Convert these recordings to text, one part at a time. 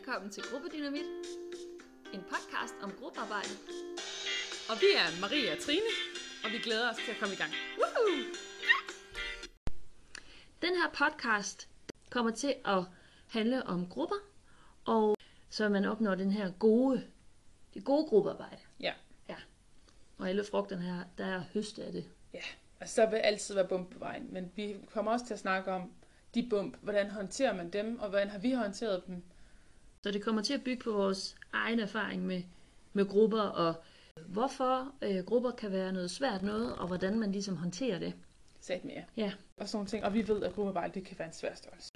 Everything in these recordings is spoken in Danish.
velkommen til Gruppedynamit, en podcast om gruppearbejde. Og vi er Marie og Trine, og vi glæder os til at komme i gang. Woohoo! Den her podcast kommer til at handle om grupper, og så man opnår det gode gruppearbejde. Ja. Og alle frugterne her, der er høste af det. Ja, og så vil altid være bump på vejen, men vi kommer også til at snakke om de bump. Hvordan håndterer man dem, og hvordan har vi håndteret dem? Så det kommer til at bygge på vores egen erfaring med grupper, og hvorfor grupper kan være noget svært noget, og hvordan man ligesom håndterer det. Sat mere. Ja. Og sådan nogle ting. Og vi ved, at gruppearbejde, det kan være en svær størrelse.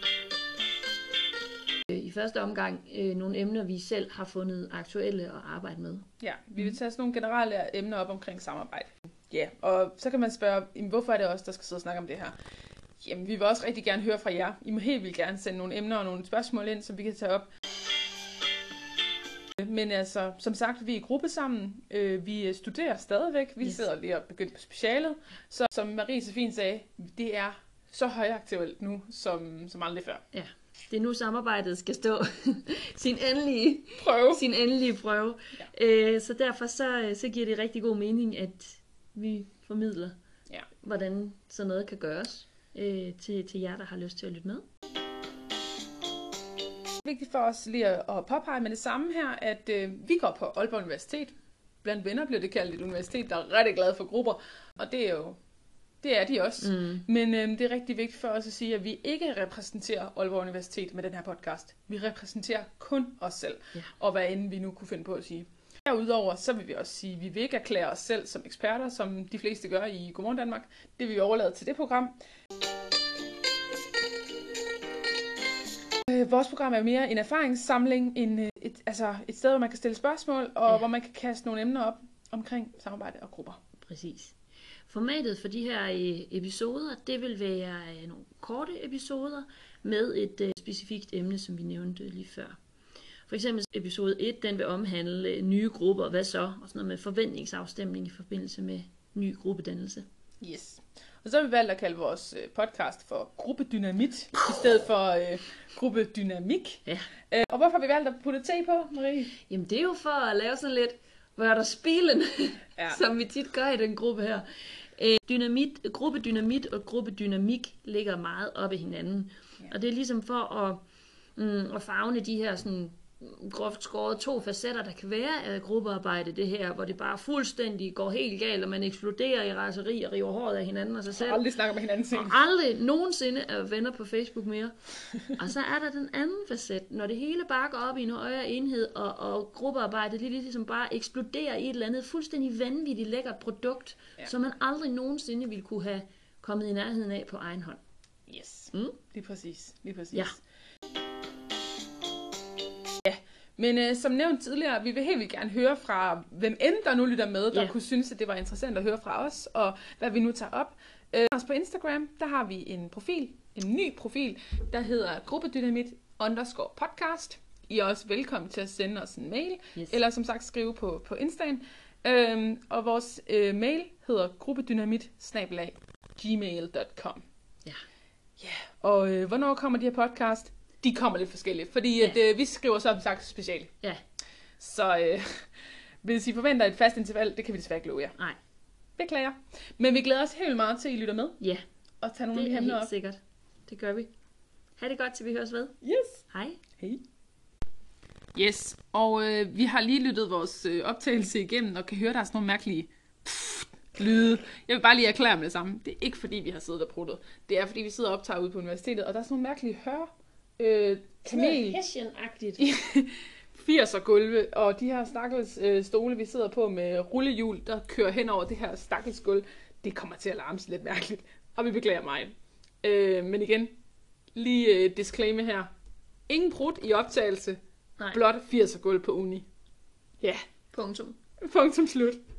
I første omgang nogle emner, vi selv har fundet aktuelle at arbejde med. Ja, vi vil tage sådan nogle generelle emner op omkring samarbejde. Ja, og så kan man spørge, hvorfor er det os, der skal sidde og snakke om det her? Jamen, vi vil også rigtig gerne høre fra jer. I må helt vildt gerne sende nogle emner og nogle spørgsmål ind, som vi kan tage op. Men altså, som sagt, vi er i gruppe sammen. Vi studerer stadigvæk. Vi sidder lige og begyndt på specialet. Så som Marie så fint sagde, det er så højaktuelt nu, som aldrig før. Ja, det er nu samarbejdet skal stå sin endelige prøve. Ja. Så derfor så giver det rigtig god mening, at vi formidler, hvordan sådan noget kan gøres til jer, der har lyst til at lytte med. Det er vigtigt for os lige at påpege med det samme her, at vi går på Aalborg Universitet. Blandt venner bliver det kaldt et universitet, der er rigtig glad for grupper, og det er de også. Men det er rigtig vigtigt for os at sige, at vi ikke repræsenterer Aalborg Universitet med den her podcast. Vi repræsenterer kun os selv, og hvad end vi nu kunne finde på at sige. Derudover så vil vi også sige, at vi vil ikke erklære os selv som eksperter, som de fleste gør i Godmorgen Danmark. Det vil vi overlade til det program. Vores program er mere en erfaringssamling, end et sted, hvor man kan stille spørgsmål, og hvor man kan kaste nogle emner op omkring samarbejde og grupper. Præcis. Formatet for de her episoder, det vil være nogle korte episoder med et specifikt emne, som vi nævnte lige før. For eksempel episode 1, den vil omhandle nye grupper, hvad så? Og sådan noget med forventningsafstemning i forbindelse med ny gruppedannelse. Yes. Og så har vi valgt at kalde vores podcast for Gruppedynamit, i stedet for Gruppedynamik. Ja. Og hvorfor har vi valgt at putte T på, Marie? Jamen det er jo for at lave sådan lidt, hvor er der spilen, som vi tit gør i den gruppe her. Gruppedynamit og gruppedynamik ligger meget op i hinanden. Ja. Og det er ligesom for at favne de her sådan groft skåret 2 facetter, der kan være af gruppearbejde, det her, hvor det bare fuldstændig går helt galt, og man eksploderer i raseri og river håret af hinanden og sig selv. Og aldrig snakker med hinanden. Og aldrig nogensinde er venner på Facebook mere. Og så er der den anden facet, når det hele bare går op i en højere enhed, og gruppearbejdet lige ligesom bare eksploderer i et eller andet fuldstændig vanvittigt lækkert produkt, som man aldrig nogensinde ville kunne have kommet i nærheden af på egen hånd. Yes, lige præcis. Ja. Men som nævnt tidligere, vi vil helt vildt gerne høre fra hvem end der nu lytter med, der kunne synes, at det var interessant at høre fra os, og hvad vi nu tager op. Også på Instagram, der har vi en ny profil, der hedder gruppedynamit_podcast. I er også velkommen til at sende os en mail, eller som sagt skrive på Instagram. Og vores mail hedder gruppedynamit@gmail.com. Ja. Og hvornår kommer de her podcast? De kommer lidt forskelligt, fordi at, vi skriver som sagt specielt. Ja. Så hvis I forventer et fast interval, det kan vi desværre ikke love jer. Nej. Beklager. Men vi glæder os helt meget til, at I lytter med. Ja. Og tager nogle af de emner op. Det er helt op. sikkert. Det gør vi. Ha' det godt, til vi høres ved. Yes. Hej. Hej. Yes, og vi har lige lyttet vores optagelse igennem, og kan høre, der er sådan nogle mærkelige lyde. Jeg vil bare lige erklære med det samme. Det er ikke fordi, vi har siddet og pruttet. Det er fordi, vi sidder og optager ude på universitetet, og der er sådan nogle mærkelige kamel. Hessian-agtigt. 80'er gulve, og de her stakkels stole, vi sidder på med rullehjul, der kører hen over det her stakkels gulv, det kommer til at larme sig lidt mærkeligt. Og vi beklager mig. Men igen, lige disclaimer her. Ingen prut i optagelse. Nej. Blot 80'er gulv på uni. Ja. Punktum. Punktum slut.